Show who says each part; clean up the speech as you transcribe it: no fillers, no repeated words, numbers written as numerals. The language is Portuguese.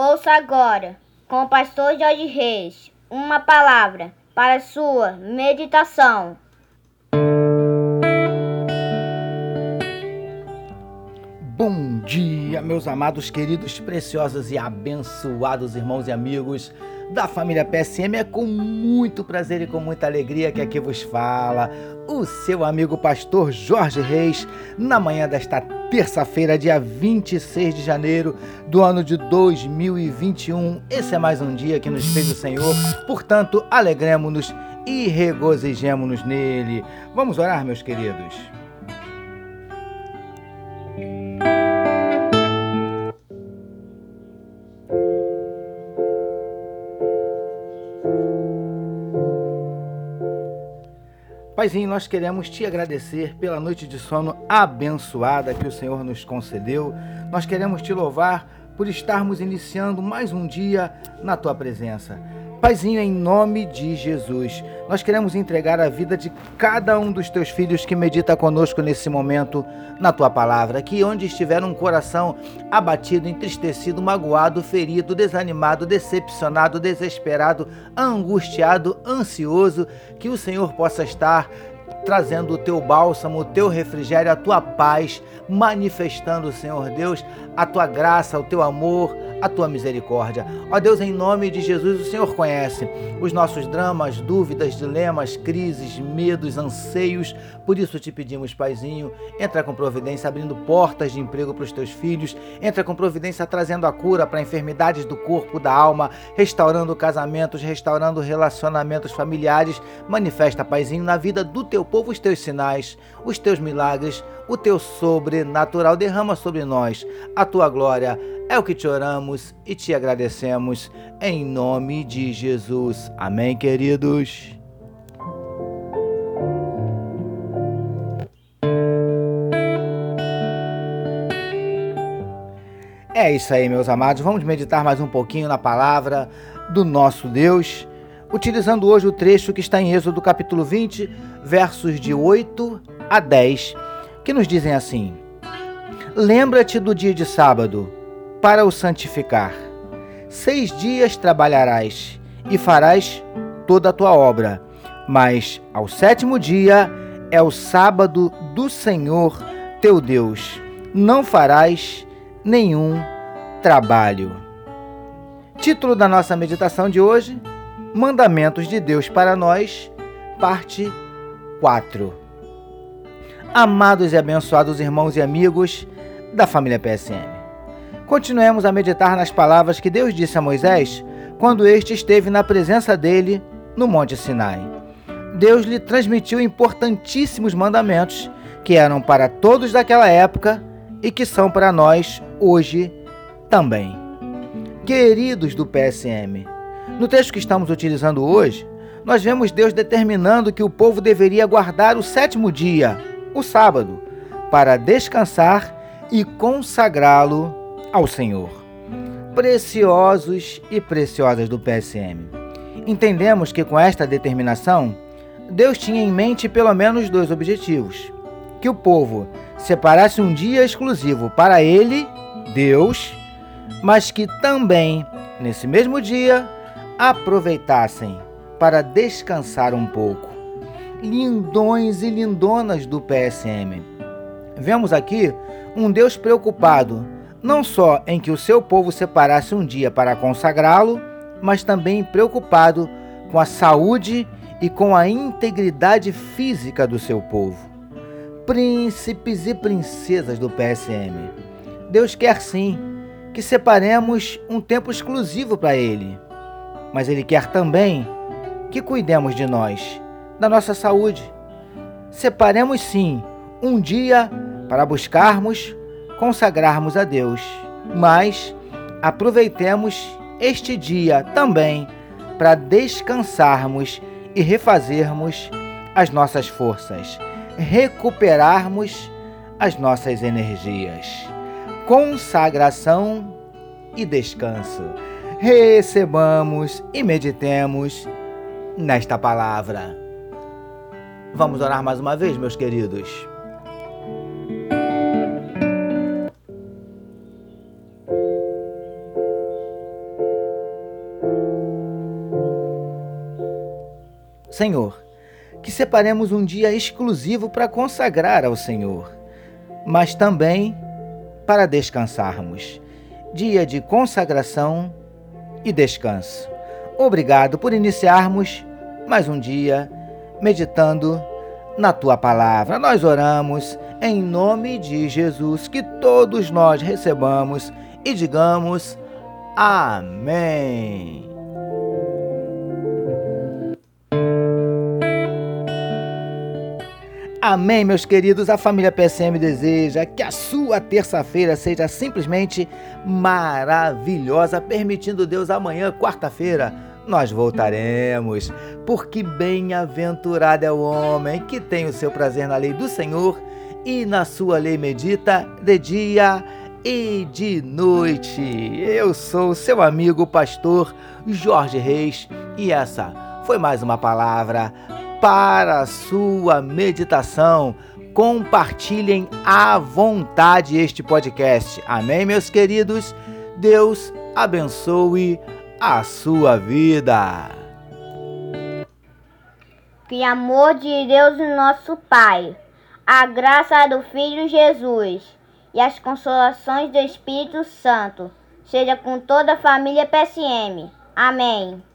Speaker 1: Ouça agora, com o pastor Jorge Reis, uma palavra para sua meditação.
Speaker 2: Bom dia, meus amados, queridos, preciosos e abençoados irmãos e amigos da família PSM. É com muito prazer e com muita alegria que aqui vos fala o seu amigo pastor Jorge Reis, na manhã desta terça-feira, dia 26 de janeiro do ano de 2021. Esse é mais um dia que nos fez o Senhor, portanto, alegremo-nos e regozijemo-nos nele. Vamos orar, meus queridos. Paizinho, nós queremos te agradecer pela noite de sono abençoada que o Senhor nos concedeu. Nós queremos te louvar por estarmos iniciando mais um dia na tua presença. Paizinho, em nome de Jesus, nós queremos entregar a vida de cada um dos teus filhos que medita conosco nesse momento na tua palavra, que onde estiver um coração abatido, entristecido, magoado, ferido, desanimado, decepcionado, desesperado, angustiado, ansioso, que o Senhor possa estar trazendo o teu bálsamo, o teu refrigério, a tua paz, manifestando, Senhor Deus, a tua graça, o teu amor, a tua misericórdia. Ó Deus, em nome de Jesus, o Senhor conhece os nossos dramas, dúvidas, dilemas, crises, medos, anseios. Por isso te pedimos, Paizinho, entra com providência abrindo portas de emprego para os teus filhos, entra com providência trazendo a cura para enfermidades do corpo, da alma, restaurando casamentos, restaurando relacionamentos familiares. Manifesta, Paizinho, na vida do teu povo os teus sinais, os teus milagres, o teu sobrenatural. Derrama sobre nós a tua glória. É o que te oramos e te agradecemos em nome de Jesus. Amém, queridos? É isso aí, meus amados. Vamos meditar mais um pouquinho na palavra do nosso Deus, utilizando hoje o trecho que está em Êxodo capítulo 20, versos de 8 a 10, que nos dizem assim: Lembra-te do dia de sábado, para o santificar. 6 dias trabalharás e farás toda a tua obra, mas ao 7º dia é o sábado do Senhor teu Deus. Não farás nenhum trabalho. Título da nossa meditação de hoje: Mandamentos de Deus para nós, parte 4. Amados e abençoados irmãos e amigos da família PSM, continuemos a meditar nas palavras que Deus disse a Moisés quando este esteve na presença dele no Monte Sinai. Deus lhe transmitiu importantíssimos mandamentos que eram para todos daquela época e que são para nós hoje também. Queridos do PSM, no texto que estamos utilizando hoje, nós vemos Deus determinando que o povo deveria guardar o 7º dia, o sábado, para descansar e consagrá-lo ao Senhor. Preciosos e preciosas do PSM, entendemos que com esta determinação, Deus tinha em mente pelo menos 2 objetivos: que o povo separasse um dia exclusivo para ele, Deus, mas que também, nesse mesmo dia, aproveitassem para descansar um pouco. Lindões e lindonas do PSM, vemos aqui um Deus preocupado não só em que o seu povo separasse um dia para consagrá-lo, mas também preocupado com a saúde e com a integridade física do seu povo. Príncipes e princesas do PSM, Deus quer sim que separemos um tempo exclusivo para Ele, mas Ele quer também que cuidemos de nós, da nossa saúde. Separemos sim um dia para buscarmos, consagrarmos a Deus, mas aproveitemos este dia também para descansarmos e refazermos as nossas forças, recuperarmos as nossas energias. Consagração e descanso. Recebamos e meditemos nesta palavra. Vamos orar mais uma vez, meus queridos. Senhor, que separemos um dia exclusivo para consagrar ao Senhor, mas também para descansarmos. Dia de consagração e descanso. Obrigado por iniciarmos mais um dia meditando na Tua Palavra. Nós oramos em nome de Jesus, que todos nós recebamos e digamos amém. Amém, meus queridos. A família PSM deseja que a sua terça-feira seja simplesmente maravilhosa, permitindo Deus amanhã, quarta-feira, nós voltaremos, porque bem-aventurado é o homem que tem o seu prazer na lei do Senhor e na sua lei medita de dia e de noite. Eu sou seu amigo pastor Jorge Reis e essa foi mais uma palavra para a sua meditação. Compartilhem à vontade este podcast. Amém, meus queridos? Deus abençoe a sua vida.
Speaker 1: Que o amor de Deus, nosso Pai, a graça do Filho Jesus e as consolações do Espírito Santo seja com toda a família PSM. Amém.